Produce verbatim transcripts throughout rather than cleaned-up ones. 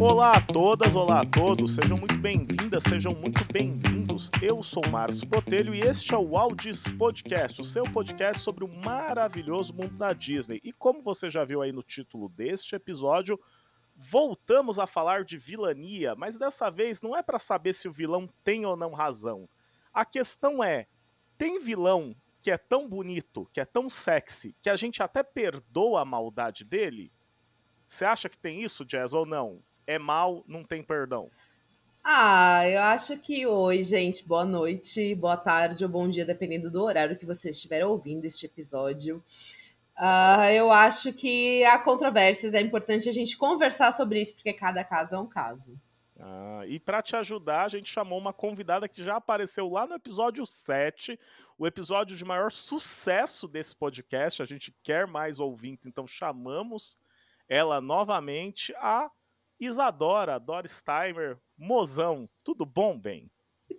Olá a todas, olá a todos, sejam muito bem-vindas, sejam muito bem-vindos. Eu sou o Márcio Botelho e este é o Aldis Podcast, o seu podcast sobre o maravilhoso mundo da Disney. E como você já viu aí no título deste episódio, voltamos a falar de vilania, mas dessa vez não é para saber se o vilão tem ou não razão. A questão é, tem vilão que é tão bonito, que é tão sexy, que a gente até perdoa a maldade dele? Você acha que tem isso, Jazz, ou não? É mal, não tem perdão. Ah, eu acho que oi, gente, boa noite, boa tarde ou bom dia, dependendo do horário que você estiver ouvindo este episódio. Uh, eu acho que há controvérsias, é importante a gente conversar sobre isso, porque cada caso é um caso. Ah, e para te ajudar, a gente chamou uma convidada que já apareceu lá no episódio sete, o episódio de maior sucesso desse podcast. A gente quer mais ouvintes, então chamamos ela novamente, a Isadora Dorsteimer. Mozão, tudo bom, bem?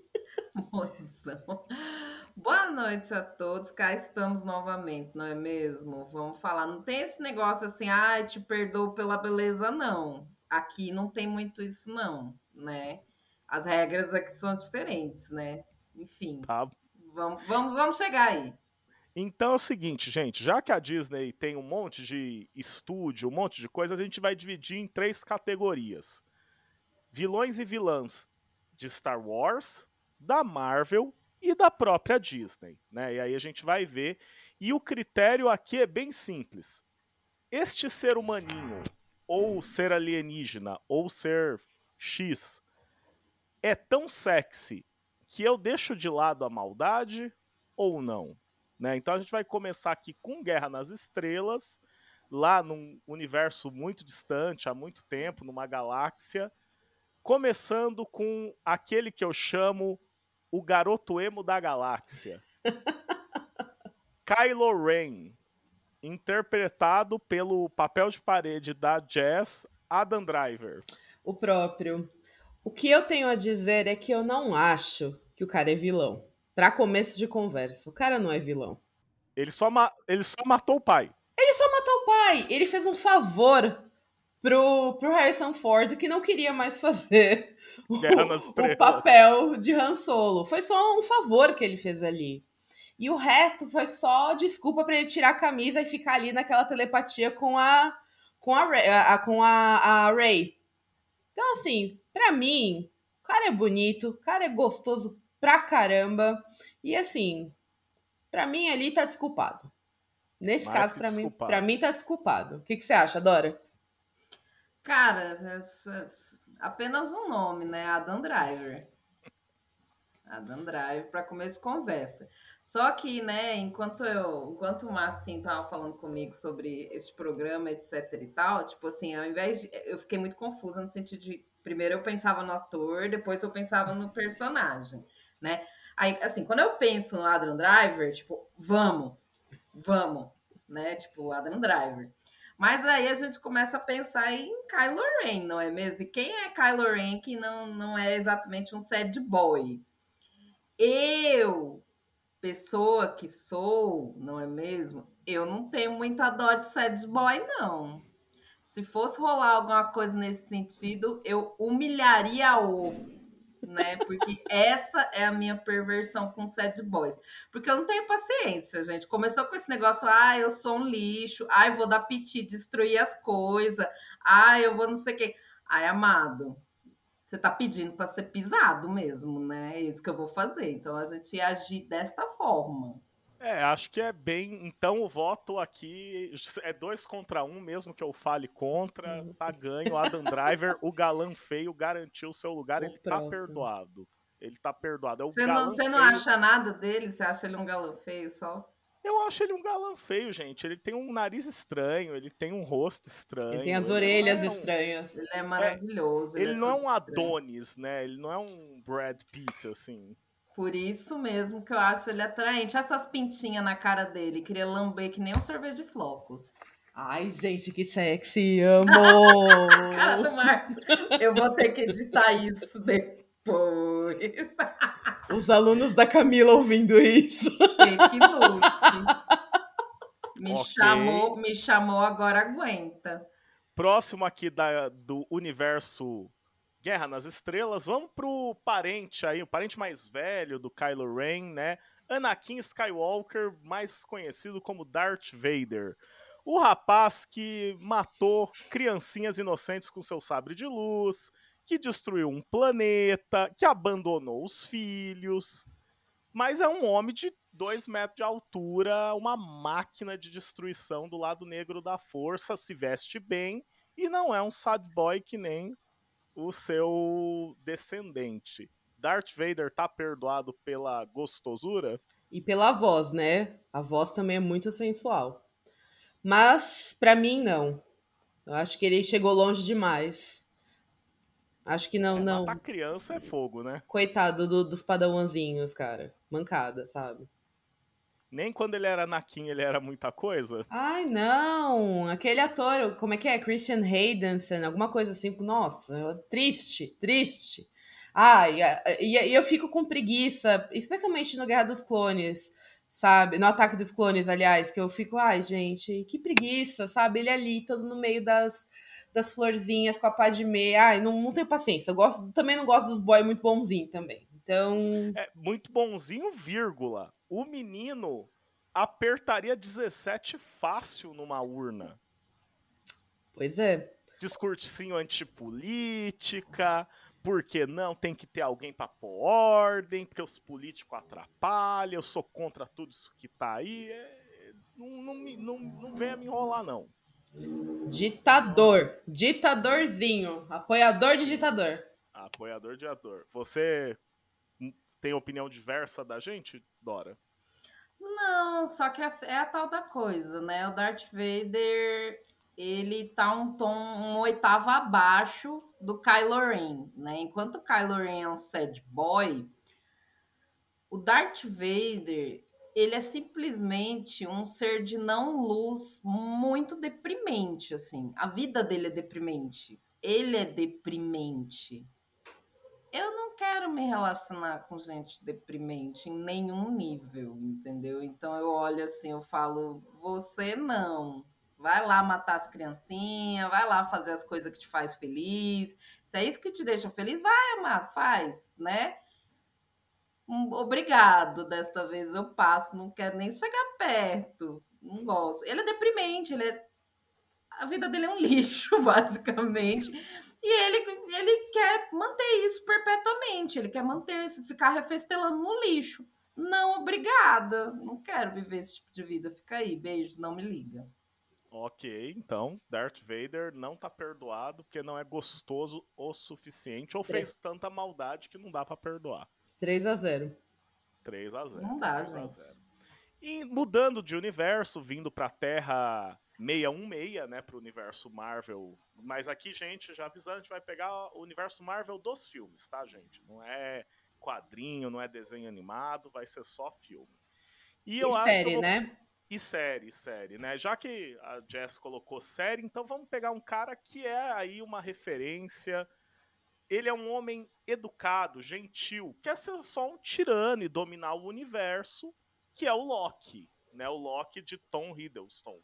Mozão. Boa noite a todos, cá estamos novamente, não é mesmo? Vamos falar, não tem esse negócio assim, ai, ah, te perdoo pela beleza, não. Aqui não tem muito isso, não, né? As regras aqui são diferentes, né? Enfim, tá. vamos, vamos, vamos chegar aí. Então é o seguinte, gente, já que a Disney tem um monte de estúdio, um monte de coisas, a gente vai dividir em três categorias. Vilões e vilãs de Star Wars, da Marvel e da própria Disney, né? E aí a gente vai ver. E o critério aqui é bem simples. Este ser humaninho, ou ser alienígena, ou ser X, é tão sexy que eu deixo de lado a maldade ou não? Né? Então a gente vai começar aqui com Guerra nas Estrelas, lá num universo muito distante, há muito tempo, numa galáxia, começando com aquele que eu chamo o garoto emo da galáxia. Kylo Ren, interpretado pelo papel de parede da Jazz, Adam Driver. O próprio. O que eu tenho a dizer é que eu não acho que o cara é vilão. Para começo de conversa, o cara não é vilão. Ele só, ma- ele só matou o pai. Ele só matou o pai. Ele fez um favor pro, pro Harrison Ford, que não queria mais fazer o, o papel de Han Solo. Foi só um favor que ele fez ali. E o resto foi só desculpa para ele tirar a camisa e ficar ali naquela telepatia com a com a, a, com a, a Rey. Então, assim, pra mim, o cara é bonito, o cara é gostoso pra caramba. E, assim, pra mim ali tá desculpado. Nesse Mais caso, pra mim, pra mim tá desculpado. O que, que você acha, Dora? Cara, apenas um nome, né? Adam Driver. Adam Driver, para começo de conversa. Só que, né, enquanto eu, enquanto o Márcio assim, tava falando comigo sobre esse programa, etc e tal, tipo assim, ao invés de, eu fiquei muito confusa no sentido de, primeiro eu pensava no ator, depois eu pensava no personagem, né? Aí, assim, quando eu penso no Adam Driver, tipo, vamos, vamos, né? Tipo, Adam Driver. Mas aí a gente começa a pensar em Kylo Ren, não é mesmo? E quem é Kylo Ren que não, não é exatamente um sad boy? Eu, pessoa que sou, não é mesmo? Eu não tenho muita dó de sad boy, não. Se fosse rolar alguma coisa nesse sentido, eu humilharia o, né? Porque essa é a minha perversão com sad boys. Porque eu não tenho paciência, gente. Começou com esse negócio, ah, eu sou um lixo, ah, eu vou dar piti, destruir as coisas, ah, eu vou não sei o quê. Ai, amado, você tá pedindo para ser pisado mesmo, né? É isso que eu vou fazer. Então a gente ia agir desta forma. É, acho que é bem. Então o voto aqui é dois contra um, mesmo que eu fale contra. Tá ganho. Adam Driver, o galã feio, garantiu o seu lugar. O ele próprio. Tá perdoado. Ele tá perdoado. É o você não, você não acha nada dele? Você acha ele um galã feio só? Eu acho ele um galã feio, gente. Ele tem um nariz estranho, ele tem um rosto estranho. Ele tem as orelhas é um... estranhas. Ele é maravilhoso. É, ele, ele não é é um estranho. Adonis, né? Ele não é um Brad Pitt, assim. Por isso mesmo que eu acho ele atraente. Essas pintinhas na cara dele. Queria lamber que nem um sorvete de flocos. Ai, gente, que sexy. Amo! Cara do Marcos. Eu vou ter que editar isso depois. Os alunos da Camila ouvindo isso. Sei que lute. Me, okay. chamou, me chamou, agora aguenta. próximo aqui da, do universo Guerra nas Estrelas, vamos pro parente aí, o parente mais velho do Kylo Ren, né? Anakin Skywalker, mais conhecido como Darth Vader. O rapaz que matou criancinhas inocentes com seu sabre de luz, que destruiu um planeta, que abandonou os filhos, mas é um homem de dois metros de altura, uma máquina de destruição do lado negro da força, se veste bem e não é um sad boy que nem o seu descendente. Darth Vader tá perdoado pela gostosura? E pela voz, né? A voz também é muito sensual. Mas, pra mim, não. Eu acho que ele chegou longe demais. Acho que não, é, não. Matar criança é fogo, né? Coitado do, dos padawanzinhos, cara. Mancada, sabe? Nem quando ele era Anakin ele era muita coisa? Ai, não! Aquele ator, como é que é? Christian Haydenson, alguma coisa assim. Nossa, triste, triste. Ai, e, e eu fico com preguiça, especialmente no Guerra dos Clones, sabe? No Ataque dos Clones, aliás, que eu fico, ai, gente, que preguiça, sabe? Ele ali, todo no meio das, das florzinhas com a Padmé. Ai, não, não tenho paciência. Eu gosto, também não gosto dos boys muito bonzinhos também. Então... É, muito bonzinho, vírgula. O menino apertaria dezessete fácil numa urna. Pois é. Discursinho antipolítica, porque não tem que ter alguém pra pôr ordem, porque os políticos atrapalham, eu sou contra tudo isso que tá aí. É, não, não, não, não venha me enrolar, não. Ditador. Ditadorzinho. Apoiador de ditador. Apoiador de ditador. Você tem opinião diversa da gente, Dora? Não, só que é a tal da coisa, né? O Darth Vader, ele tá um tom, um oitavo abaixo do Kylo Ren, né? Enquanto o Kylo Ren é um sad boy, o Darth Vader, ele é simplesmente um ser de não luz muito deprimente, assim. A vida dele é deprimente. Ele é deprimente. Eu não quero me relacionar com gente deprimente em nenhum nível, entendeu? Então eu olho assim, eu falo, você não. Vai lá matar as criancinhas, vai lá fazer as coisas que te faz feliz. Se é isso que te deixa feliz, vai, amar, faz, né? Obrigado, desta vez eu passo, não quero nem chegar perto, não gosto. Ele é deprimente, ele é... a vida dele é um lixo, basicamente. E ele, ele quer manter isso perpetuamente, ele quer manter isso, ficar refestelando no lixo. Não, obrigada, não quero viver esse tipo de vida. Fica aí, beijos, não me liga. Ok, então, Darth Vader não tá perdoado porque não é gostoso o suficiente ou fez tanta maldade que não dá pra perdoar. três a zero. três a zero. Não dá, gente. E mudando de universo, vindo pra Terra seiscentos e dezesseis, né, pro universo Marvel. Mas aqui, gente, já avisando, a gente vai pegar o universo Marvel dos filmes, tá, gente? Não é quadrinho, não é desenho animado, vai ser só filme. E, e eu série, acho que eu vou... né? E série, série, né? Já que a Jess colocou série, então vamos pegar um cara que é aí uma referência. Ele é um homem educado, gentil, quer ser só um tirano e dominar o universo, que é o Loki, né? O Loki de Tom Hiddleston.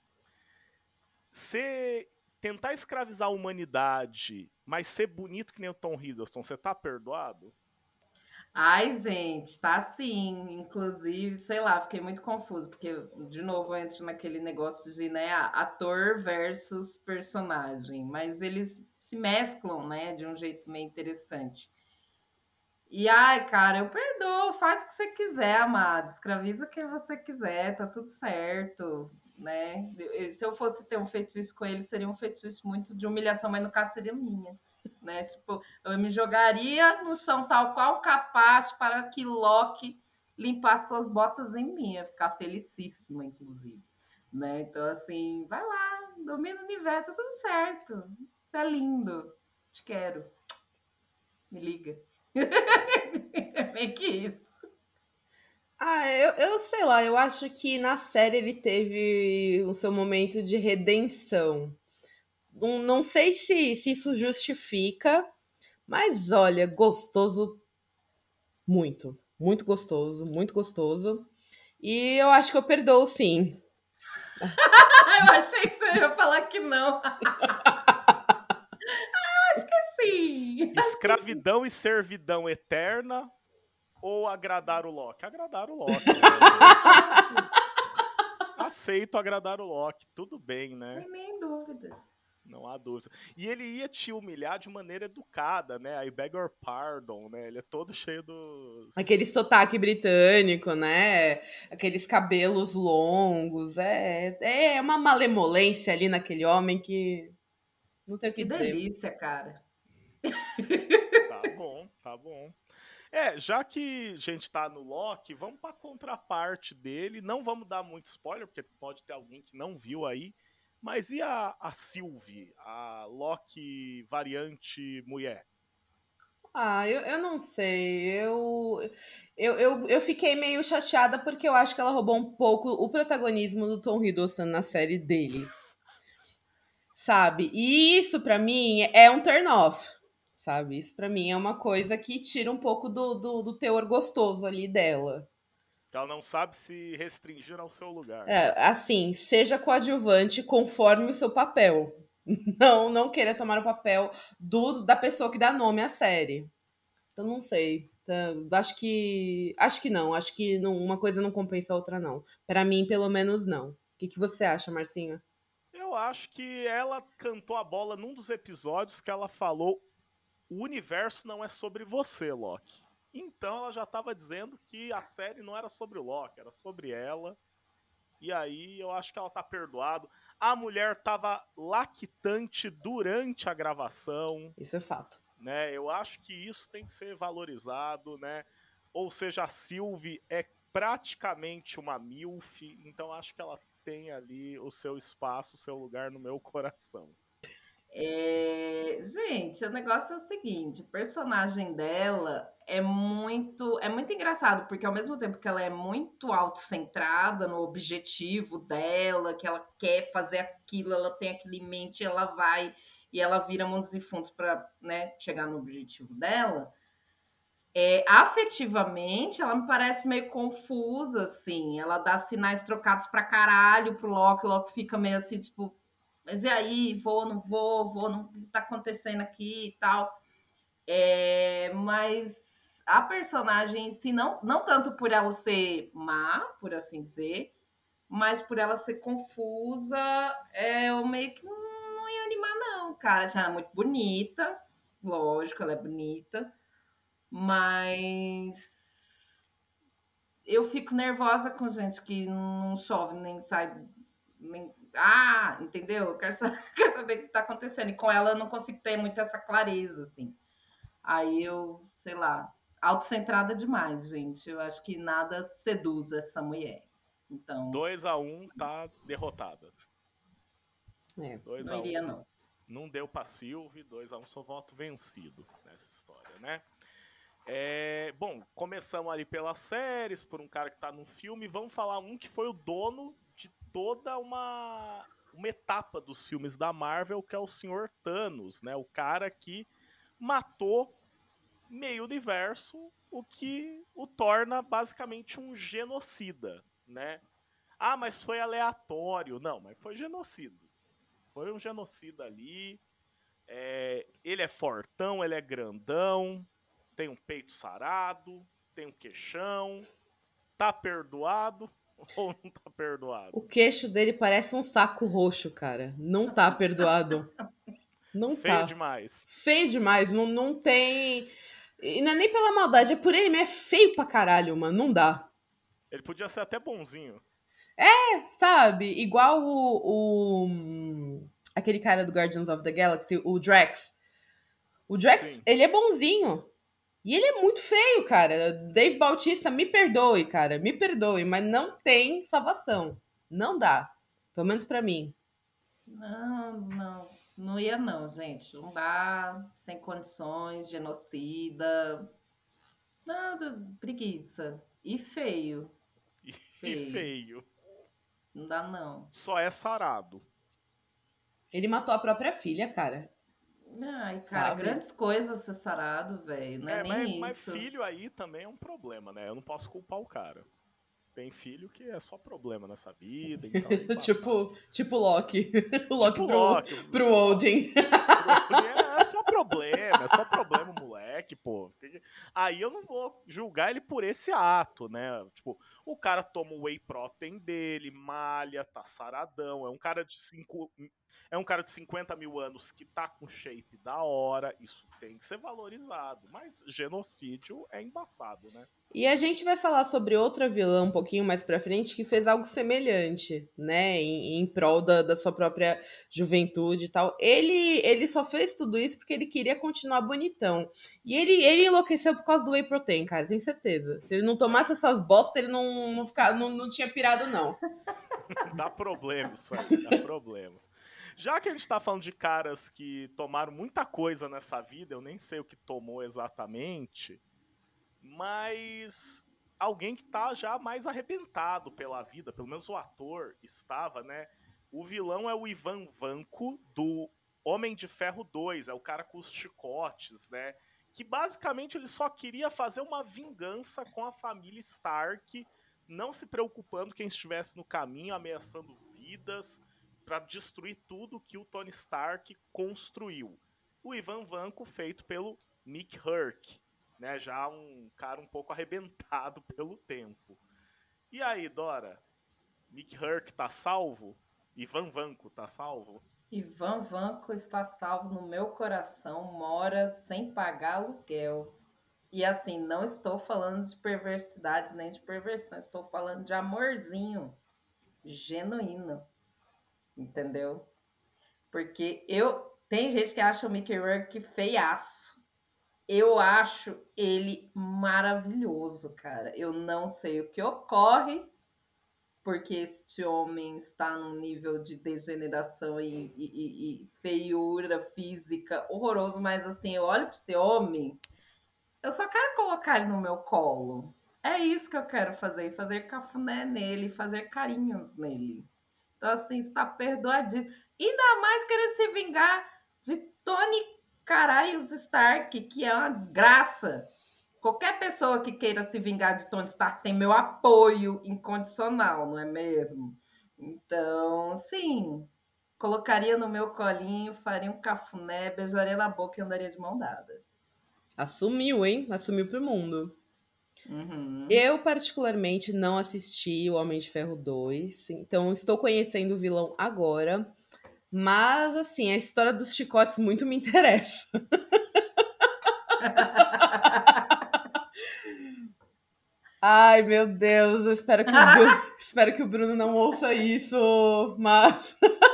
Você tentar escravizar a humanidade, mas ser bonito que nem o Tom Hiddleston, você tá perdoado? Ai, gente, tá sim. Inclusive, sei lá, fiquei muito confusa, porque, de novo, eu entro naquele negócio de, né, ator versus personagem, mas eles se mesclam, né, de um jeito meio interessante. E, ai, cara, eu perdoo, faz o que você quiser, amado, escraviza quem você quiser, tá tudo certo, né? Se eu fosse ter um feitiço com ele, seria um feitiço muito de humilhação, mas no caso seria minha. Né? Tipo, eu me jogaria no chão tal qual capaz para que Loki limpasse suas botas em mim, ia ficar felicíssima, inclusive. Né? Então, assim, vai lá, domina o universo, tá tudo certo. Isso é lindo. Te quero. Me liga. É bem que isso. Ah, eu, eu sei lá, eu acho que na série ele teve o seu momento de redenção. Não, não sei se, se isso justifica, mas olha, gostoso muito. Muito gostoso, muito gostoso. E eu acho que eu perdoo, sim. Eu achei que você ia falar que não. assim. Escravidão assim. E servidão eterna ou agradar o Loki? Agradar o Loki. Aceito agradar o Loki, tudo bem, né? Sem nem dúvidas. Não há dúvida. E ele ia te humilhar de maneira educada, né? I beg your pardon, né? Ele é todo cheio dos... Aquele sotaque britânico, né? Aqueles cabelos longos. É, é uma malemolência ali naquele homem que não tem o que, que dizer. Que delícia, cara. Tá bom, tá bom. É, já que a gente tá no Loki, vamos pra contraparte dele. Não vamos dar muito spoiler, porque pode ter alguém que não viu aí. Mas e a, a Sylvie, a Loki variante mulher? Ah, eu, eu não sei. Eu, eu, eu, eu fiquei meio chateada porque eu acho que ela roubou um pouco o protagonismo do Tom Hiddleston na série dele. Sabe? E isso, pra mim, é um turn off. Sabe? Isso, pra mim, é uma coisa que tira um pouco do, do, do teor gostoso ali dela. Ela não sabe se restringir ao seu lugar. É, assim, seja coadjuvante conforme o seu papel. Não, não queira tomar o papel do, da pessoa que dá nome à série. Então, não sei. Então, acho que. Acho que não. Acho que não, uma coisa não compensa a outra, não. Pra mim, pelo menos, não. O que, que você acha, Marcinho? Eu acho que ela cantou a bola num dos episódios que ela falou: o universo não é sobre você, Loki. Então ela já estava dizendo que a série não era sobre o Loki, era sobre ela. E aí eu acho que ela tá perdoado. A mulher tava lactante durante a gravação. Isso é fato. Né? Eu acho que isso tem que ser valorizado, né? Ou seja, a Sylvie é praticamente uma milf, então acho que ela tem ali o seu espaço, o seu lugar no meu coração. É... Gente, o negócio é o seguinte, o personagem dela é muito, é muito engraçado, porque ao mesmo tempo que ela é muito autocentrada no objetivo dela, que ela quer fazer aquilo, ela tem aquilo em mente, ela vai e ela vira mundos e fundos para, né, chegar no objetivo dela. É, afetivamente, ela me parece meio confusa, assim. Ela dá sinais trocados pra caralho pro Loki, o Loki fica meio assim, tipo, mas e aí, vou, não vou, vou, não, o que tá acontecendo aqui e tal. É, mas a personagem em si, não, não tanto por ela ser má, por assim dizer, mas por ela ser confusa, é, eu meio que não ia animar, não, cara. Ela é muito bonita, lógico, ela é bonita, mas eu fico nervosa com gente que não chove, nem sai, nem... Ah, entendeu? Eu quero saber, quero saber o que tá acontecendo. E com ela eu não consigo ter muito essa clareza, assim. Aí eu, sei lá, autocentrada demais, gente. Eu acho que nada seduz essa mulher. Então. dois a um tá derrotada. É, dois não a um. iria, não. Não deu pra Sylvie, dois a um, só voto vencido nessa história, né? É, bom, começamos ali pelas séries, por um cara que tá no filme. Vamos falar um que foi o dono de toda uma, uma etapa dos filmes da Marvel, que é o senhor Thanos, né? O cara que matou meio universo, o que o torna basicamente um genocida, né? Ah, mas foi aleatório. Não, mas foi genocida. Foi um genocida ali. É, ele é fortão, ele é grandão, tem um peito sarado, tem um queixão. Tá perdoado ou não tá perdoado? O queixo dele parece um saco roxo, cara. Não tá perdoado. Não Feio tá. demais. Feio demais. Não, não tem... E não é nem pela maldade, é por ele mesmo. É feio pra caralho, mano. Não dá. Ele podia ser até bonzinho. É, sabe? Igual o... o... aquele cara do Guardians of the Galaxy, o Drax. O Drax, Sim. ele é bonzinho. E ele é muito feio, cara. Dave Bautista, me perdoe, cara. Me perdoe, mas não tem salvação. Não dá. Pelo menos pra mim. Não, não. Não ia não, gente. Não dá. Sem condições, genocida. Nada, preguiça. E feio. E feio. feio. Não dá, não. Só é sarado. Ele matou a própria filha, cara. Ai, cara, Sabe? grandes coisas ser sarado, velho. Não é, é nem mas, isso. Mas filho aí também é um problema, né? Eu não posso culpar o cara. Tem filho que é só problema nessa vida, então tipo, tipo Loki. O Loki tipo pro, Loki. pro Odin. É só problema, é só problema, moleque, pô. Aí eu não vou julgar ele por esse ato, né? Tipo, o cara toma o whey protein dele, malha, tá saradão, é um cara de cinco... É um cara de cinquenta mil anos que tá com shape da hora, isso tem que ser valorizado. Mas genocídio é embaçado, né? E a gente vai falar sobre outra vilã um pouquinho mais pra frente que fez algo semelhante, né? Em, em prol da, da sua própria juventude e tal. Ele, ele só fez tudo isso porque ele queria continuar bonitão. E ele, ele enlouqueceu por causa do whey protein, cara, tenho certeza. Se ele não tomasse essas bostas, ele não, não, fica, não, não tinha pirado, não. Dá problema isso aí, dá problema. Já que a gente tá falando de caras que tomaram muita coisa nessa vida, eu nem sei o que tomou exatamente, mas alguém que tá já mais arrebentado pela vida, pelo menos o ator estava, né? O vilão é o Ivan Vanko, do Homem de Ferro dois, é o cara com os chicotes, né? Que basicamente ele só queria fazer uma vingança com a família Stark, não se preocupando quem estivesse no caminho, ameaçando vidas, para destruir tudo que o Tony Stark construiu. O Ivan Vanko feito pelo Mickey Rourke, né? Já um cara um pouco arrebentado pelo tempo. E aí, Dora? Mickey Rourke tá salvo? Ivan Vanko tá salvo? Ivan Vanko está salvo no meu coração, mora sem pagar aluguel. E assim, não estou falando de perversidades nem de perversão, estou falando de amorzinho genuíno. Entendeu? Porque eu... Tem gente que acha o Mickey Rourke feiaço. Eu acho ele maravilhoso, cara. Eu não sei o que ocorre, porque este homem está num nível de degeneração e, e, e feiura física horroroso, mas assim, eu olho para esse homem, eu só quero colocar ele no meu colo. É isso que eu quero fazer, fazer cafuné nele, fazer carinhos nele. Então, assim, está perdoadíssimo. Ainda mais querendo se vingar de Tony Caralhos Stark, que é uma desgraça. Qualquer pessoa que queira se vingar de Tony Stark tem meu apoio incondicional, não é mesmo? Então, sim, colocaria no meu colinho, faria um cafuné, beijaria na boca e andaria de mão dada. Assumiu, hein? Assumiu pro mundo. Uhum. Eu, particularmente, não assisti o Homem de Ferro dois, então estou conhecendo o vilão agora. Mas, assim, a história dos chicotes muito me interessa. Ai, meu Deus, eu espero que, o Bruno, espero que o Bruno não ouça isso, mas...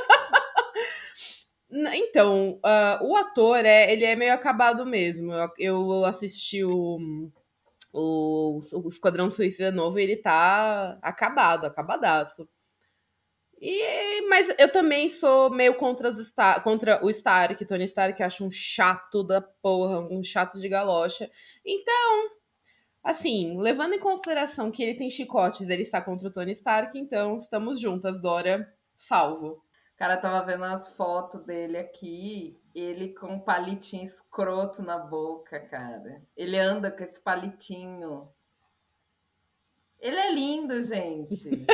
Então, uh, o ator, é, ele é meio acabado mesmo. Eu, eu assisti o, o, o Esquadrão Suicida novo e ele tá acabado, acabadaço. E, mas eu também sou meio contra, os Star, contra o Stark, Tony Stark, que acho um chato da porra, um chato de galocha. Então, assim, levando em consideração que ele tem chicotes, ele está contra o Tony Stark, então estamos juntas, Dora, salvo. Cara, tava vendo as fotos dele aqui, ele com um palitinho escroto na boca, cara. Ele anda com esse palitinho. Ele é lindo, gente.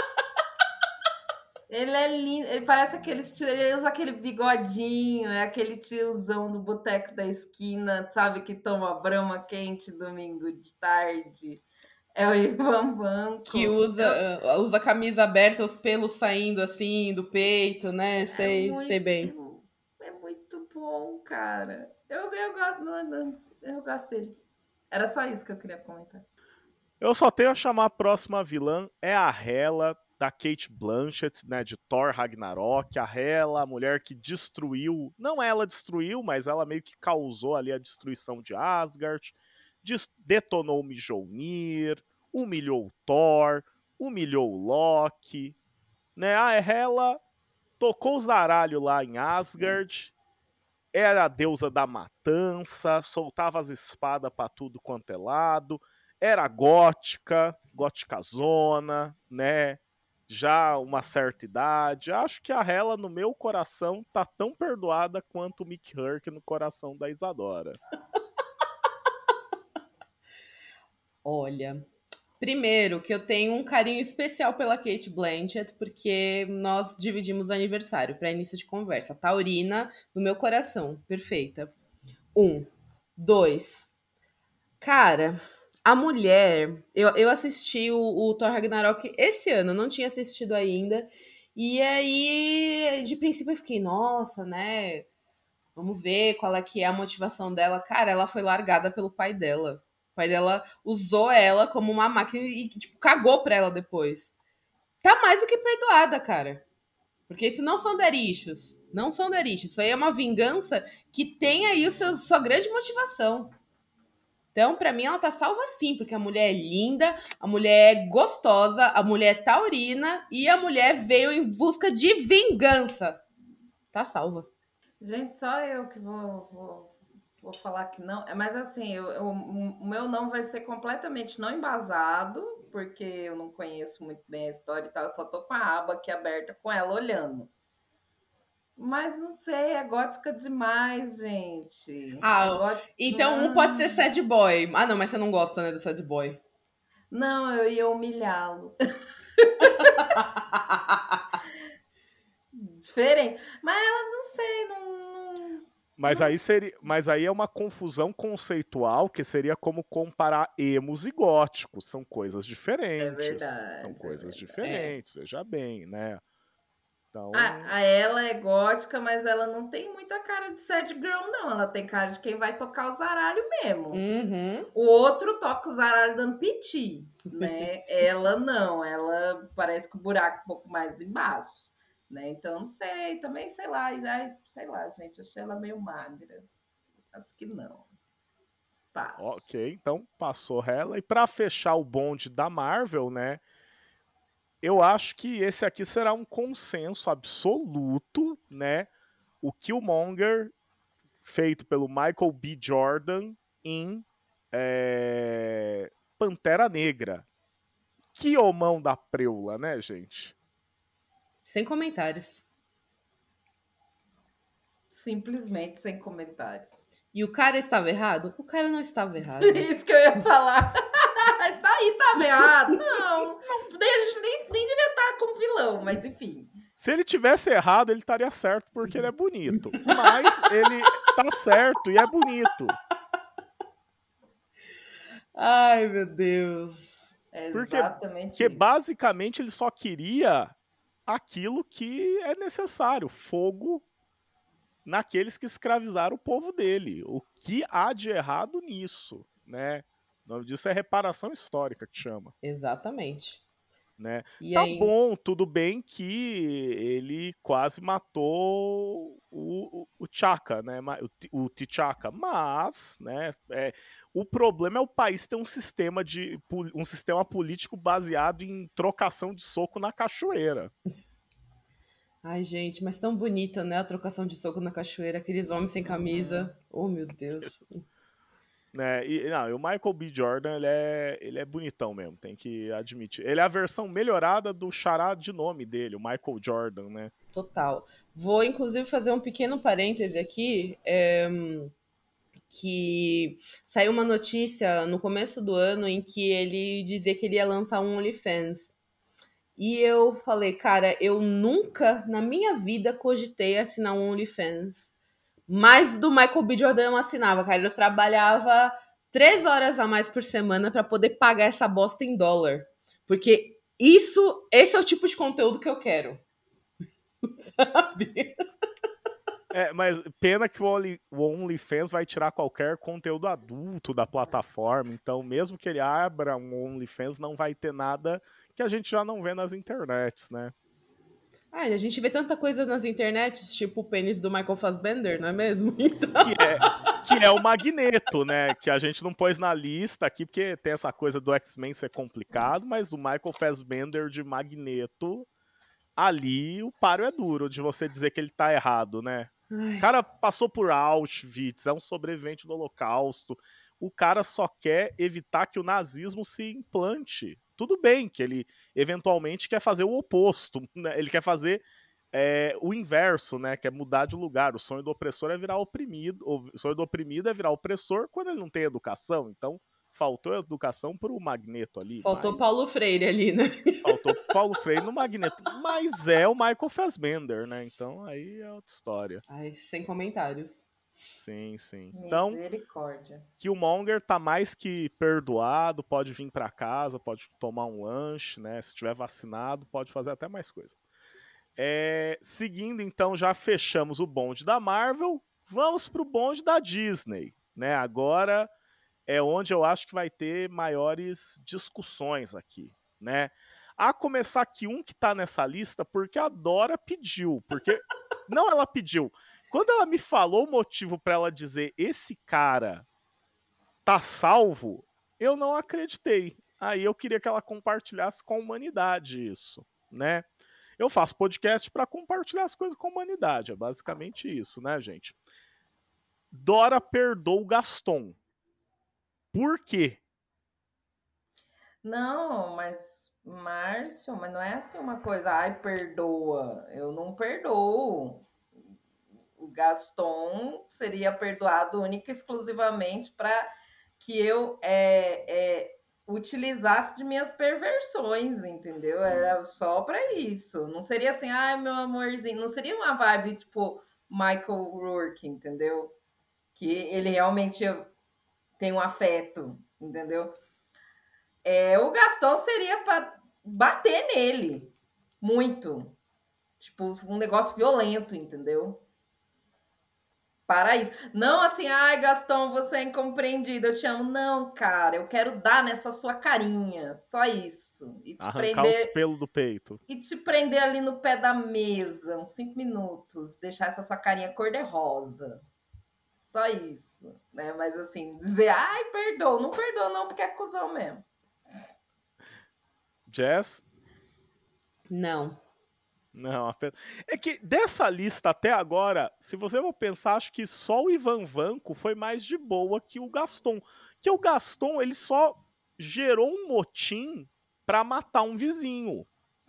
Ele é lindo, ele parece aquele tio, ele usa aquele bigodinho, é aquele tiozão do boteco da esquina, sabe, que toma brama quente domingo de tarde. É o Ivan Vanko. Que usa, Eu... usa camisa aberta, os pelos saindo assim do peito, né? Sei, é muito, sei bem. É muito bom, cara. Eu, eu, gosto, eu gosto dele. Era só isso que eu queria comentar. Eu só tenho a chamar a próxima vilã, é a Hela, da Cate Blanchett, né, de Thor Ragnarok. A Hela, a mulher que destruiu, não ela destruiu, mas ela meio que causou ali a destruição de Asgard, detonou o Mjolnir, humilhou o Thor, humilhou o Loki, né? A Hela tocou os zaralhos lá em Asgard, era a deusa da matança, soltava as espadas pra tudo quanto é lado, era gótica, gótica-zona, né? Já uma certa idade. Acho que a Hela, no meu coração, tá tão perdoada quanto o Mickey Rourke no coração da Isadora. Olha, Primeiro, que eu tenho um carinho especial pela Cate Blanchett, porque nós dividimos aniversário para início de conversa. Taurina no meu coração, perfeita. Um. Dois. Cara, a mulher... Eu, eu assisti o, o Thor Ragnarok esse ano, não tinha assistido ainda. E aí, de princípio, eu fiquei, nossa, né? Vamos ver qual é que é a motivação dela. Cara, ela foi largada pelo pai dela. O pai dela usou ela como uma máquina e, tipo, cagou pra ela depois. Tá mais do que perdoada, cara. Porque isso não são derichos. Não são derichos. Isso aí é uma vingança que tem aí o seu, sua grande motivação. Então, pra mim, ela tá salva sim, porque a mulher é linda, a mulher é gostosa, a mulher é taurina e a mulher veio em busca de vingança. Tá salva. Gente, só eu que vou, vou, vou falar que não. Mas assim, eu, eu, o meu não vai ser completamente não embasado, porque eu não conheço muito bem a história e tal. Eu só tô com a aba aqui aberta com ela olhando. Mas não sei, é gótica demais, gente. Ah, é gótica... então um pode ser sad boy. Ah, não, mas você não gosta, né, do sad boy. Não, eu ia humilhá-lo. Diferente. Mas ela, não sei, não... Mas não aí, seria, mas aí é uma confusão conceitual que seria como comparar emos e góticos. São coisas diferentes. É verdade. São coisas é diferentes, é. Veja bem, né? Então... A, a ela é gótica, mas ela não tem muita cara de sad girl, não. Ela tem cara de quem vai tocar o zaralho mesmo. Uhum. O outro toca o zaralho dando piti, né? Ela não, ela parece que o buraco é um pouco mais embaixo, né? Então, não sei, também sei lá, já, sei lá, gente, achei ela meio magra. Acho que não. Passo. Ok, então passou ela. E para fechar o bonde da Marvel, né? Eu acho que esse aqui será um consenso absoluto, né? O Killmonger, feito pelo Michael B. Jordan em é... Pantera Negra. Que homão da preula, né, gente? Sem comentários. Simplesmente sem comentários. E o cara estava errado? O cara não estava errado. Isso que eu ia falar. Daí tava errado. Não, não nem, nem devia estar como vilão, mas enfim. Se ele tivesse errado, ele estaria certo porque ele é bonito. Mas ele tá certo e é bonito. Ai, meu Deus. É porque, exatamente porque isso. basicamente ele só queria aquilo que é necessário. Fogo naqueles que escravizaram o povo dele. O que há de errado nisso, né? O nome disso é reparação histórica que chama. Exatamente. Né? E tá aí... bom, tudo bem que ele quase matou o, o, o T'Chaka, né? O, o T'Chaka, mas, né? É, o problema é o país ter um sistema de um sistema político baseado em trocação de soco na cachoeira. Ai, gente, mas tão bonita, né? A trocação de soco na cachoeira, aqueles homens sem camisa. Oh, meu Deus. Né? E, não, e o Michael B. Jordan, ele é, ele é bonitão mesmo, tem que admitir. Ele é a versão melhorada do xará de nome dele, o Michael Jordan, né? Total. Vou, inclusive, fazer um pequeno parêntese aqui, é, que saiu uma notícia no começo do ano em que ele dizia que ele ia lançar um OnlyFans. E eu falei, cara, eu nunca na minha vida cogitei assinar um OnlyFans. Mas do Michael B. Jordan eu não assinava, cara. Eu trabalhava três horas a mais por semana para poder pagar essa bosta em dólar. Porque isso, esse é o tipo de conteúdo que eu quero. Sabe? É, mas pena que o, Only, o OnlyFans vai tirar qualquer conteúdo adulto da plataforma. Então, mesmo que ele abra um OnlyFans, não vai ter nada que a gente já não vê nas internets, né? Ah, a gente vê tanta coisa nas internets, tipo o pênis do Michael Fassbender, não é mesmo? Então... Que, é, que é o Magneto, né? Que a gente não pôs na lista aqui, porque tem essa coisa do X-Men ser complicado, mas do Michael Fassbender de Magneto, ali o paro é duro de você dizer que ele tá errado, né? Ai. O cara passou por Auschwitz, é um sobrevivente do Holocausto. O cara só quer evitar que o nazismo se implante. Tudo bem que ele eventualmente quer fazer o oposto, né? Ele quer fazer é, o inverso, né? Quer mudar de lugar. O sonho do opressor é virar oprimido, o sonho do oprimido é virar opressor quando ele não tem educação. Então faltou educação pro Magneto ali. Faltou mas... Paulo Freire ali, né? Faltou Paulo Freire no Magneto. Mas é o Michael Fassbender, né? Então aí é outra história. Ai, sem comentários. Sim, sim. Então, misericórdia. Killmonger tá mais que perdoado, pode vir pra casa, pode tomar um lanche, né? Se tiver vacinado, pode fazer até mais coisa. É, seguindo, então, já fechamos o bonde da Marvel, vamos pro bonde da Disney, né? Agora é onde eu acho que vai ter maiores discussões aqui, né? A começar aqui um que tá nessa lista porque a Dora pediu, porque não ela pediu. Quando ela me falou o motivo para ela dizer esse cara tá salvo, eu não acreditei. Aí eu queria que ela compartilhasse com a humanidade isso, né? Eu faço podcast para compartilhar as coisas com a humanidade, é basicamente isso, né, gente? Dora perdoou o Gaston. Por quê? Não, mas, Márcio, mas não é assim uma coisa, ai, perdoa. Eu não perdoo. O Gaston seria perdoado única e exclusivamente para que eu é, é, utilizasse de minhas perversões, entendeu? Era só para isso. Não seria assim, ai, meu amorzinho. Não seria uma vibe tipo Michael Rourke, entendeu? Que ele realmente tem um afeto, entendeu? É, o Gaston seria para bater nele muito. Tipo, um negócio violento, entendeu? Para isso. Não assim, ai, Gaston, você é incompreendido, eu te amo. Não, cara, eu quero dar nessa sua carinha. Só isso. E te Arrancar prender, os pelos do peito. E te prender ali no pé da mesa, uns cinco minutos. Deixar essa sua carinha cor-de-rosa. Só isso. Né? Mas assim, dizer, ai, perdoa. Não perdoa, não, porque é cuzão mesmo. Jess? Não. Não, é que dessa lista até agora, se você for pensar, acho que só o Ivan Vanko foi mais de boa que o Gaston. Que o Gaston, ele só gerou um motim pra matar um vizinho.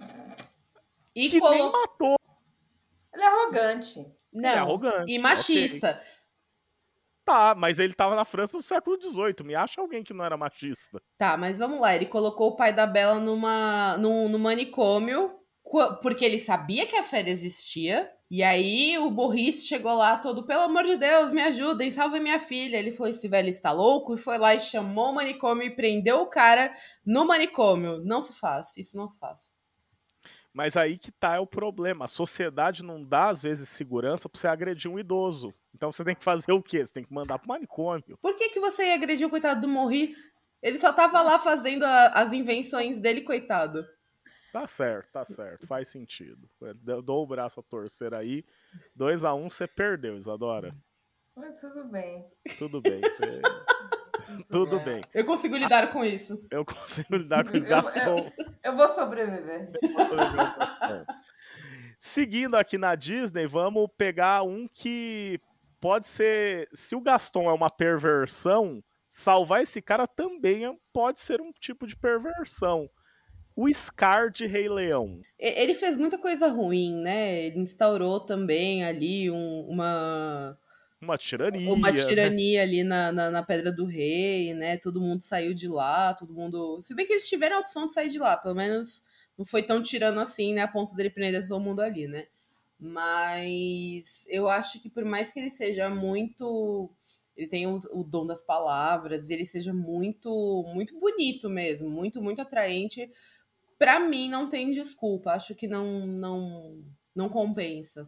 E que colo... nem matou. Ele é arrogante. Não, ele é arrogante, e machista. Okay. Tá, mas ele tava na França do século dezoito. Me acha alguém que não era machista. Tá, mas vamos lá. Ele colocou o pai da Bella numa, num, num manicômio, porque ele sabia que a fera existia. E aí o Boris chegou lá todo, pelo amor de Deus, me ajudem, salvem minha filha. Ele falou, esse velho está louco, e foi lá e chamou o manicômio e prendeu o cara no manicômio. Não se faz, isso não se faz. Mas aí que tá é o problema. A sociedade não dá, às vezes, segurança pra você agredir um idoso. Então você tem que fazer o quê? Você tem que mandar pro manicômio. Por que que você ia agredir o coitado do Morris? Ele só tava lá fazendo a, as invenções dele, coitado. Tá certo, tá certo. Faz sentido. Eu dou o braço a torcer aí. dois a um, um, você perdeu, Isadora. Mas tudo bem. Tudo bem, você... Tudo é. bem. Eu consigo lidar com isso. Eu consigo lidar com o Gaston. Eu, eu, eu vou sobreviver. Eu vou sobreviver. Seguindo aqui na Disney, vamos pegar um que pode ser... Se o Gaston é uma perversão, salvar esse cara também pode ser um tipo de perversão. O Scar de Rei Leão. Ele fez muita coisa ruim, né? Ele instaurou também ali um, uma... Uma tirania. Uma tirania, né? ali na, na, na Pedra do Rei, né? Todo mundo saiu de lá, todo mundo... Se bem que eles tiveram a opção de sair de lá, pelo menos não foi tão tirano assim, né? A ponto dele prender todo mundo ali, né? Mas eu acho que por mais que ele seja muito... Ele tem o, o dom das palavras, ele seja muito, muito bonito mesmo, muito, muito atraente. Pra mim, não tem desculpa. Acho que não, não, não compensa.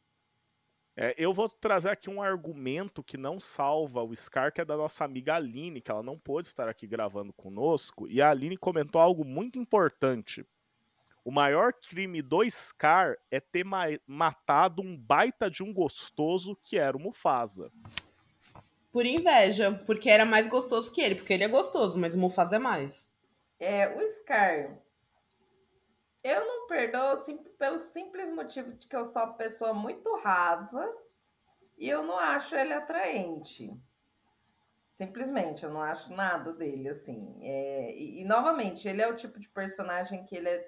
É, eu vou trazer aqui um argumento que não salva o Scar, que é da nossa amiga Aline, que ela não pôde estar aqui gravando conosco, e a Aline comentou algo muito importante. O maior crime do Scar é ter ma matado um baita de um gostoso que era o Mufasa. Por inveja, porque era mais gostoso que ele, porque ele é gostoso, mas o Mufasa é mais. É, o Scar... Eu não perdoo sim, pelo simples motivo de que eu sou uma pessoa muito rasa e eu não acho ele atraente. Simplesmente, eu não acho nada dele, assim. É, e, e, novamente, ele é o tipo de personagem que ele é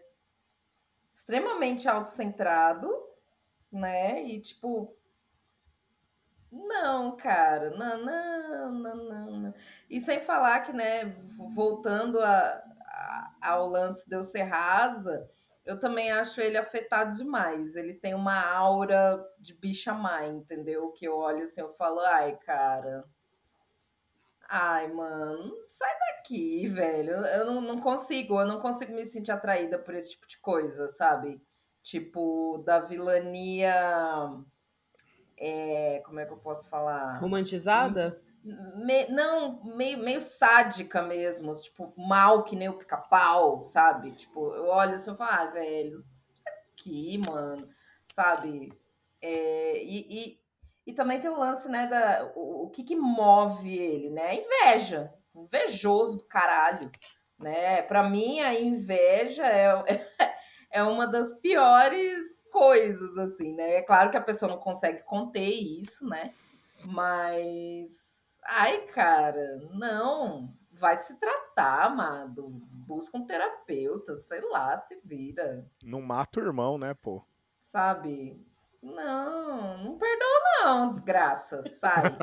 extremamente autocentrado, né? E, tipo, Não, cara, não, não, não, não, não. E sem falar que, né, voltando a, a- ao lance de eu ser rasa, eu também acho ele afetado demais. Ele tem uma aura de bicha má, entendeu? Que eu olho assim, eu falo, ai, cara, ai, mano, sai daqui, velho. Eu não, não consigo, eu não consigo me sentir atraída por esse tipo de coisa, sabe? Tipo, da vilania. É, como é que eu posso falar? Romantizada? Me- não, meio, meio sádica mesmo, tipo, mal que nem o pica-pau, sabe? Tipo, eu olho assim e falo, ah, velho, que, mano, sabe? É, e, e, e também tem o lance, né, da, o, o que que move ele, né? A inveja, invejoso do caralho, né? Pra mim, a inveja é, é uma das piores coisas, assim, né? É claro que a pessoa não consegue conter isso, né? Mas, ai, cara, não. Vai se tratar, amado. Busca um terapeuta, sei lá, se vira, Não mata o irmão, né, pô? sabe? Não, não perdoa, não, desgraça. Sai.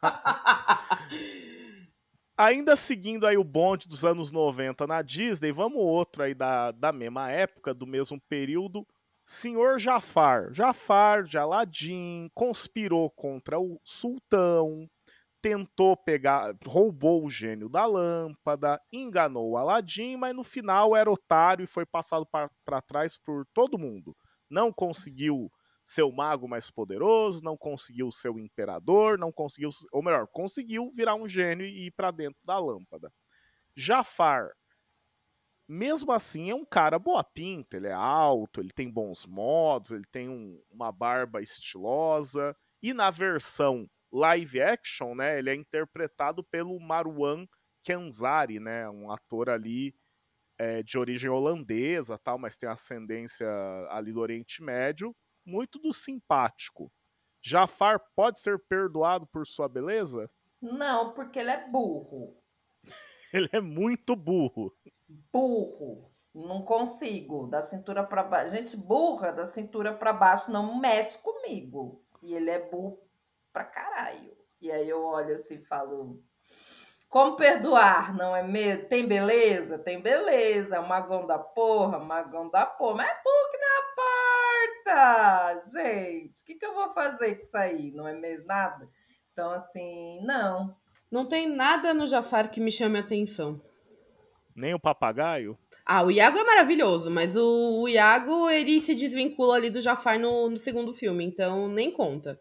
Ainda seguindo aí o bonde dos anos noventa na Disney, vamos outro aí da, da mesma época, do mesmo período. Senhor Jafar. Jafar de Aladdin conspirou contra o sultão, tentou pegar, roubou o gênio da lâmpada, enganou o Aladdin, mas no final era otário e foi passado para trás por todo mundo. Não conseguiu ser o mago mais poderoso, não conseguiu ser o imperador, não conseguiu, ou melhor, conseguiu virar um gênio e ir para dentro da lâmpada. Jafar, mesmo assim, é um cara boa pinta, ele é alto, ele tem bons modos, ele tem um, uma barba estilosa, e na versão live action, né, ele é interpretado pelo Marwan Kenzari, né, um ator ali é, de origem holandesa, tal, mas tem ascendência ali do Oriente Médio, muito do simpático. Jafar pode ser perdoado por sua beleza? Não, porque ele é burro. Ele é muito burro. Burro. Não consigo. Da cintura para baixo. Gente burra, da cintura para baixo, não mexe comigo. E ele é burro pra caralho. E aí eu olho assim e falo. Como perdoar, não é mesmo? Tem beleza? Tem beleza. Magão da porra, magão da porra. Mas é burro que na porta! Gente, o que, que eu vou fazer com isso aí? Não é mesmo nada? Então, assim, não. Não tem nada no Jafar que me chame a atenção. Nem o papagaio? Ah, o Iago é maravilhoso, mas o, o Iago, ele se desvincula ali do Jafar no, no segundo filme, então nem conta.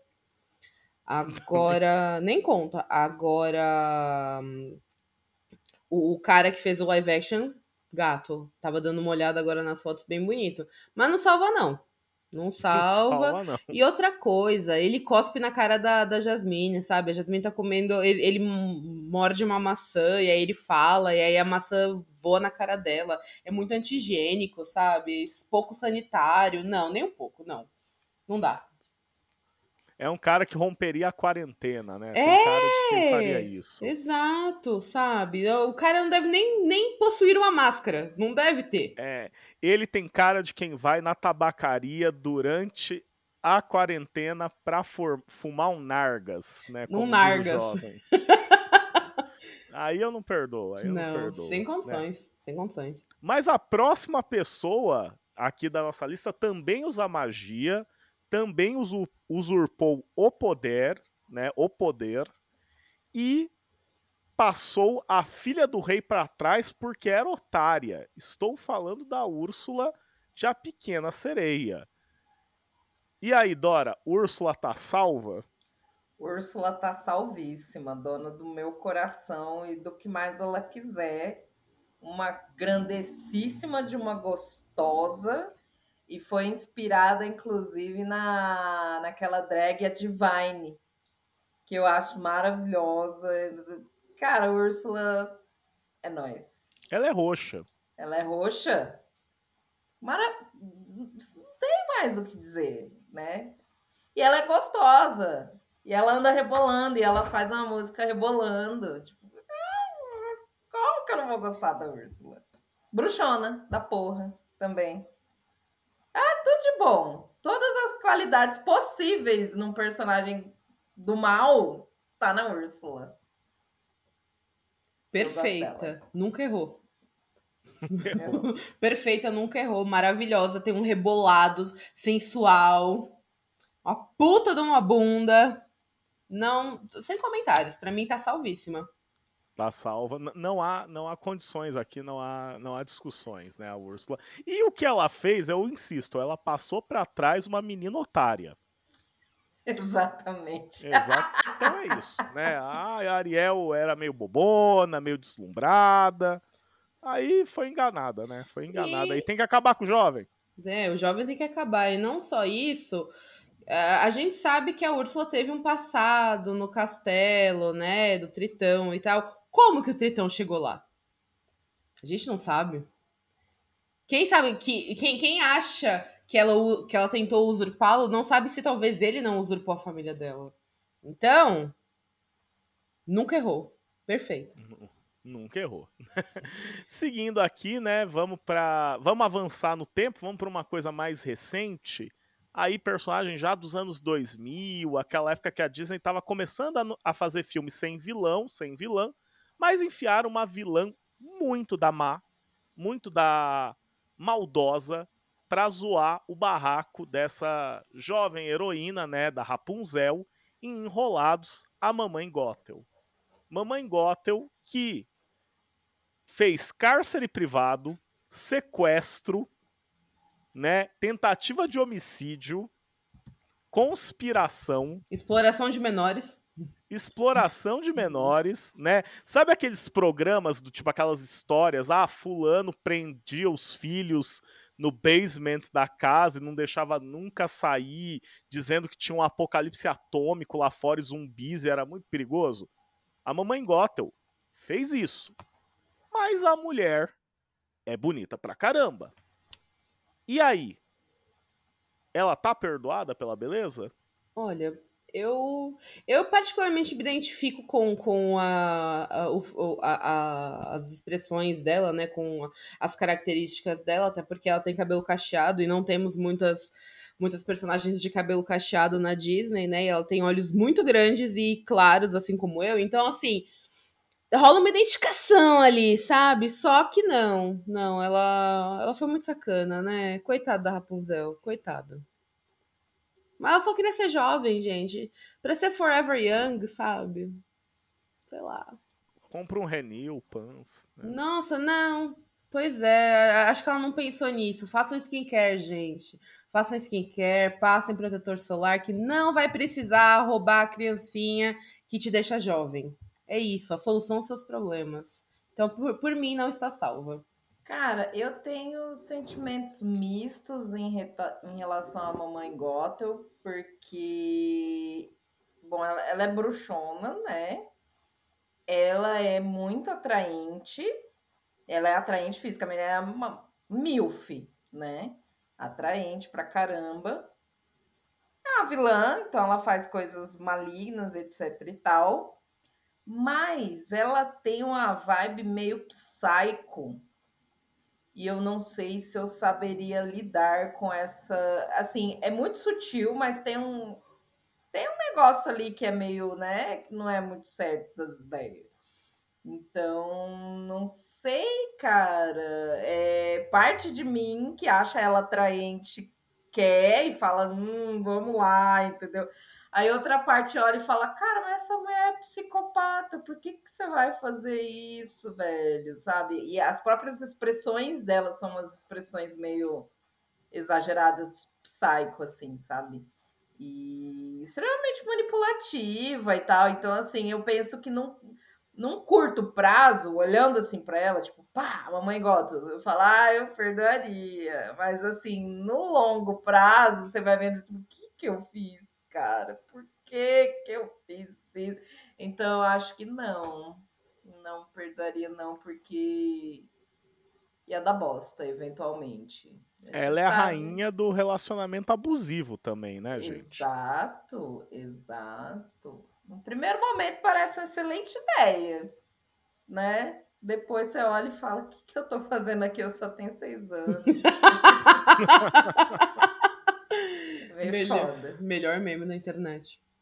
Agora, nem conta. Agora, o, o cara que fez o live action, gato, tava dando uma olhada agora nas fotos, bem bonito. Mas não salva, não. Não salva. Salva, não. E outra coisa, ele cospe na cara da, da Jasmine, sabe? A Jasmine tá comendo, ele, ele morde uma maçã e aí ele fala, e aí a maçã voa na cara dela. É muito anti-higiênico, sabe? Pouco sanitário. Não, nem um pouco, não. Não dá. É um cara que romperia a quarentena, né? É, tem cara de quem faria isso. Exato, sabe? O cara não deve nem, nem possuir uma máscara. Não deve ter. É, ele tem cara de quem vai na tabacaria durante a quarentena pra fumar um nargas, né? Um Como nargas. diz o jovem. Aí eu não perdoo, aí eu não, Não, perdoo. sem condições, né? sem condições. Mas a próxima pessoa aqui da nossa lista também usa magia, também usurpou o poder, né? O poder, e passou a filha do rei para trás porque era otária. Estou falando da Úrsula de A Pequena Sereia. E aí, Dora, Úrsula tá salva? Úrsula tá salvíssima, dona do meu coração e do que mais ela quiser. Uma grandessíssima de uma gostosa. E foi inspirada, inclusive, na, naquela drag, a Divine, que eu acho maravilhosa. Cara, a Úrsula é nóis. Ela é roxa. Ela é roxa? Mara... Não tem mais o que dizer, né? E ela é gostosa. E ela anda rebolando. E ela faz uma música rebolando. Tipo, como que eu não vou gostar da Úrsula? Bruxona, da porra, também. Ah, tudo de bom. Todas as qualidades possíveis num personagem do mal tá na Úrsula. Perfeita. Nunca errou. errou. Perfeita, nunca errou. Maravilhosa. Tem um rebolado sensual. Uma puta de uma bunda. Não, sem comentários. Pra mim tá salvíssima. Tá salva. Não há, não há condições aqui, não há, não há discussões, né, a Úrsula. E o que ela fez, eu insisto, ela passou pra trás uma menina otária. Exatamente. Exato. Então é isso, né? A Ariel era meio bobona, meio deslumbrada. Aí foi enganada, né? Foi enganada. E... Aí tem que acabar com o jovem. É, o jovem tem que acabar. E não só isso, a gente sabe que a Úrsula teve um passado no castelo, né? Do Tritão e tal. Como que o Tritão chegou lá? A gente não sabe. Quem sabe que quem, quem acha que ela, que ela tentou usurpá-lo não sabe se talvez ele não usurpou a família dela. Então, nunca errou. Perfeito. Nunca errou. Seguindo aqui, né, vamos para, vamos avançar no tempo, vamos para uma coisa mais recente. Aí personagem já dos anos dois mil, aquela época que a Disney estava começando a, a fazer filmes sem vilão, sem vilã, mas enfiaram uma vilã muito da má, muito da maldosa, pra zoar o barraco dessa jovem heroína, né, da Rapunzel, em Enrolados, a Mamãe Gothel. Mamãe Gothel que fez cárcere privado, sequestro, né, tentativa de homicídio, conspiração, exploração de menores, exploração de menores, né? Sabe aqueles programas do tipo aquelas histórias, ah, fulano prendia os filhos no basement da casa e não deixava nunca sair, dizendo que tinha um apocalipse atômico lá fora e zumbis e era muito perigoso? A Mamãe Gothel fez isso. Mas a mulher é bonita pra caramba. E aí? Ela tá perdoada pela beleza? Olha, eu, eu particularmente me identifico com, com a, a, o, a, a, as expressões dela, né? Com as características dela, até porque ela tem cabelo cacheado e não temos muitas, muitas personagens de cabelo cacheado na Disney, né? E ela tem olhos muito grandes e claros, assim como eu. Então, assim, rola uma identificação ali, sabe? Só que não, não, ela, ela foi muito sacana, né? Coitada da Rapunzel, coitada. Mas ela só queria ser jovem, gente. Pra ser forever young, sabe? Sei lá. Compra um Renil, Pans. Né? Nossa, não. Pois é, acho que ela não pensou nisso. Façam skincare, gente. Façam skincare, passem protetor solar, que não vai precisar roubar a criancinha que te deixa jovem. É isso, a solução aos seus problemas. Então, por, por mim, não está salva. Cara, eu tenho sentimentos mistos em, reta- em relação à Mamãe Gothel, porque, bom, ela, ela é bruxona, né? Ela é muito atraente, ela é atraente fisicamente, ela é uma milf, né? Atraente pra caramba. É uma vilã, então ela faz coisas malignas, etc e tal, mas ela tem uma vibe meio psycho. E eu não sei se eu saberia lidar com essa... Assim, é muito sutil, mas tem um, tem um negócio ali que é meio, né? Que não é muito certo das ideias. Então, não sei, cara. É, parte de mim que acha ela atraente quer e fala, hum, vamos lá, entendeu? Aí outra parte olha e fala, cara, mas essa mulher é psicopata, por que, que você vai fazer isso, velho, sabe? E as próprias expressões dela são umas expressões meio exageradas, psycho, assim, sabe? E extremamente manipulativa e tal. Então, assim, eu penso que não... Num curto prazo, olhando assim pra ela, tipo, pá, Mamãe Gothel, eu falo, ah, eu perdoaria. Mas assim, no longo prazo, você vai vendo, tipo, o que que eu fiz, cara? Por que que eu fiz isso? Então, eu acho que não. Não perdoaria, não, porque ia dar bosta, eventualmente. Ela é a rainha do relacionamento abusivo também, né, gente? Exato, exato. No primeiro momento parece uma excelente ideia, né? Depois você olha e fala, o que, que eu tô fazendo aqui? Eu só tenho seis anos. melhor, melhor meme na internet.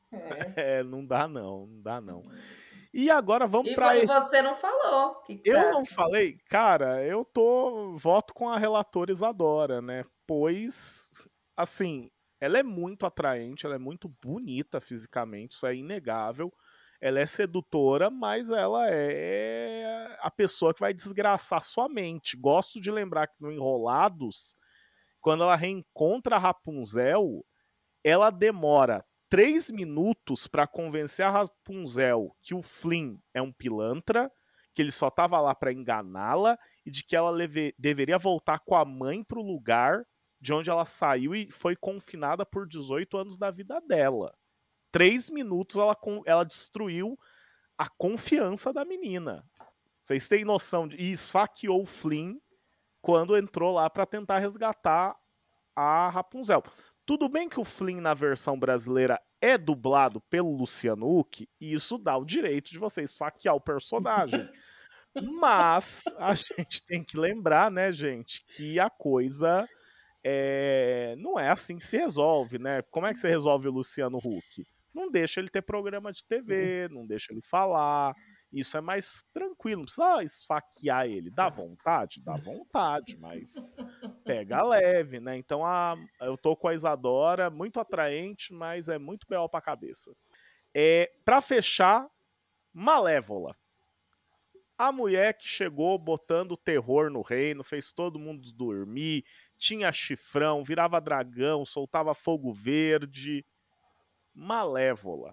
É. é, não dá não, não dá não. E agora vamos e, pra... E você não falou. Que que eu você não acha? falei? Cara, eu tô... voto com a relatora Isadora, né? Pois, assim, ela é muito atraente, ela é muito bonita fisicamente, isso é inegável. Ela é sedutora, mas ela é a pessoa que vai desgraçar sua mente. Gosto de lembrar que no Enrolados, quando ela reencontra a Rapunzel, ela demora três minutos para convencer a Rapunzel que o Flynn é um pilantra, que ele só estava lá para enganá-la e de que ela leve, deveria voltar com a mãe para o lugar de onde ela saiu e foi confinada por dezoito anos da vida dela. Três minutos ela, ela destruiu a confiança da menina. Vocês têm noção de... E esfaqueou o Flynn quando entrou lá para tentar resgatar a Rapunzel. Tudo bem que o Flynn na versão brasileira é dublado pelo Luciano Huck, e isso dá o direito de você esfaquear o personagem. Mas a gente tem que lembrar, né, gente, que a coisa é... não é assim que se resolve, né? Como é que você resolve o Luciano Huck? Não deixa ele ter programa de T V, não deixa ele falar. Isso é mais tranquilo, não precisa esfaquear ele. Dá vontade? Dá vontade, mas pega leve, né? Então a, eu tô com a Isadora, muito atraente, mas é muito B O pra cabeça. É, pra fechar, Malévola. A mulher que chegou botando terror no reino, fez todo mundo dormir, tinha chifrão, virava dragão, soltava fogo verde. Malévola.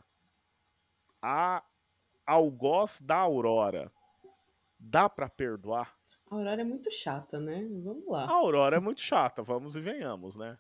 A algoz da Aurora. Dá pra perdoar? A Aurora é muito chata, né? Vamos lá. A Aurora é muito chata, vamos e venhamos, né?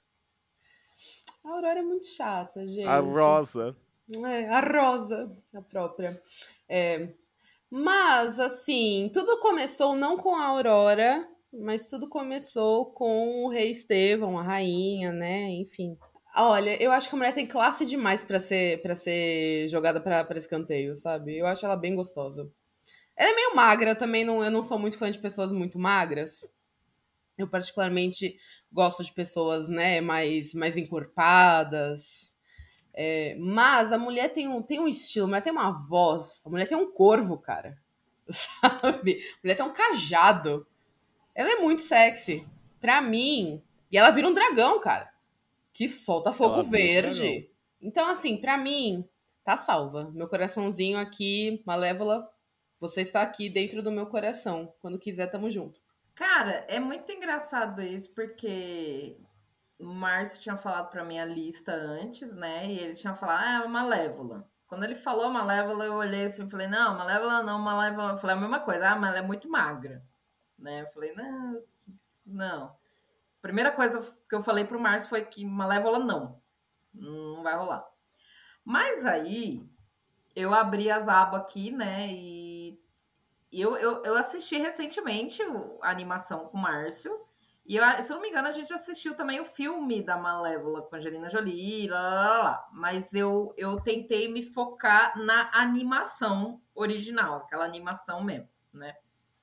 A Aurora é muito chata, gente. A Rosa. É, a Rosa, a própria. É, mas, assim, tudo começou não com a Aurora, mas tudo começou com o rei Estevão, a rainha, né? Enfim. Olha, eu acho que a mulher tem classe demais pra ser, pra ser jogada pra, pra escanteio, sabe? Eu acho ela bem gostosa. Ela é meio magra, eu também não, eu não sou muito fã de pessoas muito magras. Eu particularmente gosto de pessoas, né, mais, mais encorpadas. É, mas a mulher tem um, tem um estilo, a mulher tem uma voz, a mulher tem um corvo, cara. Sabe? A mulher tem um cajado. Ela é muito sexy. Pra mim. E ela vira um dragão, cara. Que solta fogo verde. Então, assim, pra mim, tá salva. Meu coraçãozinho aqui, Malévola, você está aqui dentro do meu coração. Quando quiser, tamo junto. Cara, é muito engraçado isso, porque o Márcio tinha falado pra mim a lista antes, né? E ele tinha falado, ah, Malévola. Quando ele falou Malévola, eu olhei assim e falei, não, Malévola não, Malévola. Eu falei a mesma coisa, ah, mas ela é muito magra. Né? Eu falei, não, não. Primeira coisa que eu falei pro Márcio foi que Malévola não. Não vai rolar. Mas aí, eu abri as abas aqui, né? E eu, eu, eu assisti recentemente a animação com o Márcio. E, eu, se eu não me engano, a gente assistiu também o filme da Malévola com a Angelina Jolie, lá, lá, lá. Mas eu, eu tentei me focar na animação original, aquela animação mesmo, né?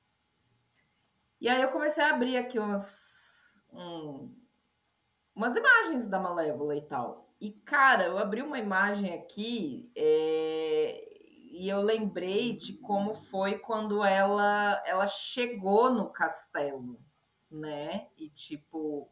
E aí eu comecei a abrir aqui umas, um, umas imagens da Malévola e tal. E, cara, eu abri uma imagem aqui é, e eu lembrei de como foi quando ela, ela chegou no castelo, né? E, tipo,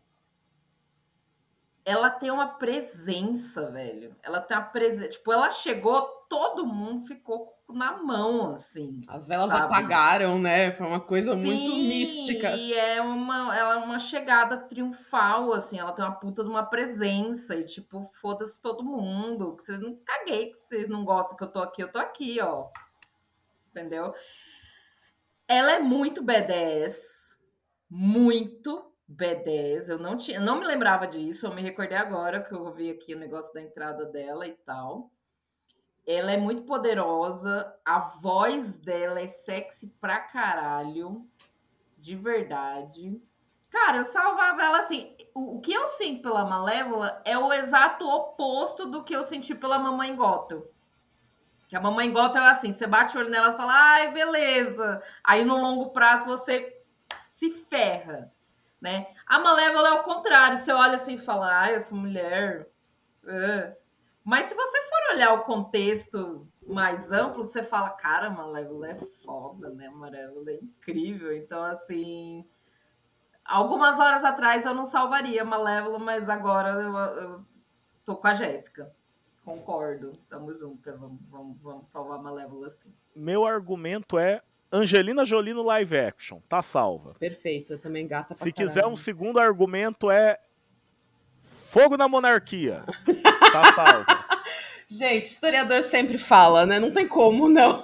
ela tem uma presença, velho. Ela tem uma presença. Tipo, ela chegou, todo mundo ficou na mão, assim. As velas sabe? apagaram, né? Foi uma coisa Sim, muito mística. E é uma, ela é uma chegada triunfal, assim. Ela tem uma puta de uma presença. E, tipo, foda-se todo mundo. Que vocês não caguei, que vocês não gostam que eu tô aqui, eu tô aqui, ó. Entendeu? Ela é muito B dez. Muito B dez, eu não tinha, não me lembrava disso, eu me recordei agora que eu vi aqui o negócio da entrada dela e tal. Ela é muito poderosa, a voz dela é sexy pra caralho, de verdade. Cara, eu salvava ela assim. O, o que eu sinto pela Malévola é o exato oposto do que eu senti pela Mamãe Gothel. Que a Mamãe Gothel é assim, você bate o olho nela e fala, ai, beleza. Aí no longo prazo você se ferra. Né? A Malévola é o contrário. Você olha assim e fala, ai, essa mulher... Uh. Mas se você for olhar o contexto mais amplo, você fala, cara, Malévola é foda, né? Malévola é incrível. Então, assim, algumas horas atrás eu não salvaria Malévola, mas agora eu, eu tô com a Jéssica. Concordo, tamo junto, vamos, vamos, vamos salvar a Malévola, sim. Meu argumento é Angelina Jolie no live action, tá salva. Perfeito, também gata pra Se caralho. quiser um segundo argumento é Fogo na Monarquia, tá salva. Gente, historiador sempre fala, né? Não tem como, não.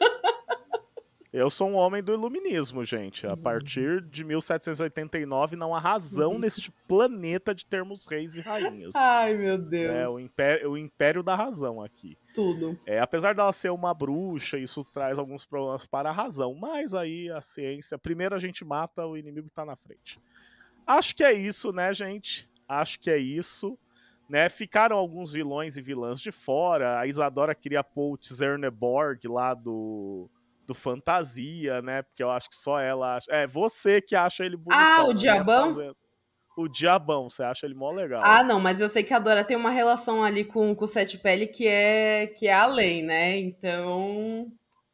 Eu sou um homem do iluminismo, gente. A partir de mil setecentos e oitenta e nove não há razão neste planeta de termos reis e rainhas. Ai, meu Deus. É o império, o império da razão aqui. Tudo. É, apesar dela ser uma bruxa, isso traz alguns problemas para a razão. Mas aí a ciência... Primeiro a gente mata o inimigo que tá na frente. Acho que é isso, né, gente? Acho que é isso. Né? Ficaram alguns vilões e vilãs de fora. A Isadora queria pôr o Tzerneborg lá do... do Fantasia, né? Porque eu acho que só ela acha... É, você que acha ele bonitão. Ah, o né? Diabão? Fazendo... O Diabão, você acha ele mó legal. Ah, não, mas eu sei que a Dora tem uma relação ali com, com o Sete Pele que é, que é além, né? Então...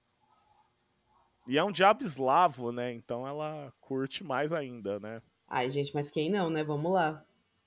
E é um diabo eslavo, né? Então ela curte mais ainda, né? Ai, gente, mas quem não, né? Vamos lá.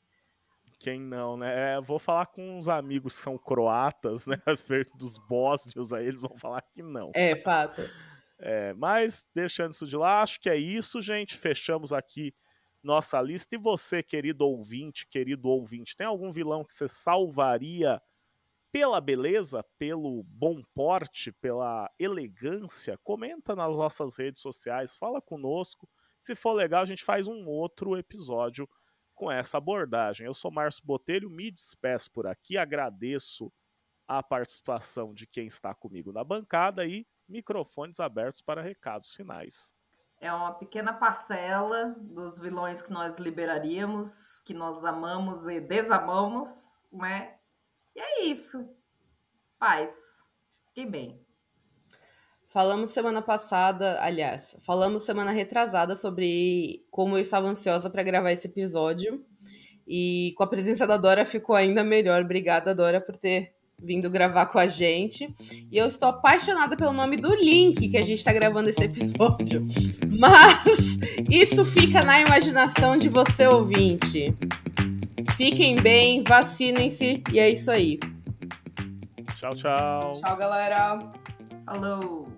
Quem não, né? É, vou falar com uns amigos que são croatas, né? Às vezes dos bósnios aí, eles vão falar que não. É, fato. É, mas, deixando isso de lá, acho que é isso, gente. Fechamos aqui nossa lista. E você, querido ouvinte, querido ouvinte, tem algum vilão que você salvaria pela beleza, pelo bom porte, pela elegância? Comenta nas nossas redes sociais, fala conosco. Se for legal, a gente faz um outro episódio com essa abordagem. Eu sou Márcio Botelho, me despeço por aqui, agradeço a participação de quem está comigo na bancada e microfones abertos para recados finais. É uma pequena parcela dos vilões que nós liberaríamos, que nós amamos e desamamos, né? E é isso. Paz. Fiquem bem. Falamos semana passada, aliás, falamos semana retrasada sobre como eu estava ansiosa para gravar esse episódio. E com a presença da Dora ficou ainda melhor. Obrigada, Dora, por ter vindo gravar com a gente. E eu estou apaixonada pelo nome do link que a gente está gravando esse episódio. Mas isso fica na imaginação de você, ouvinte. Fiquem bem, vacinem-se e é isso aí. Tchau, tchau. Tchau, galera. Falou.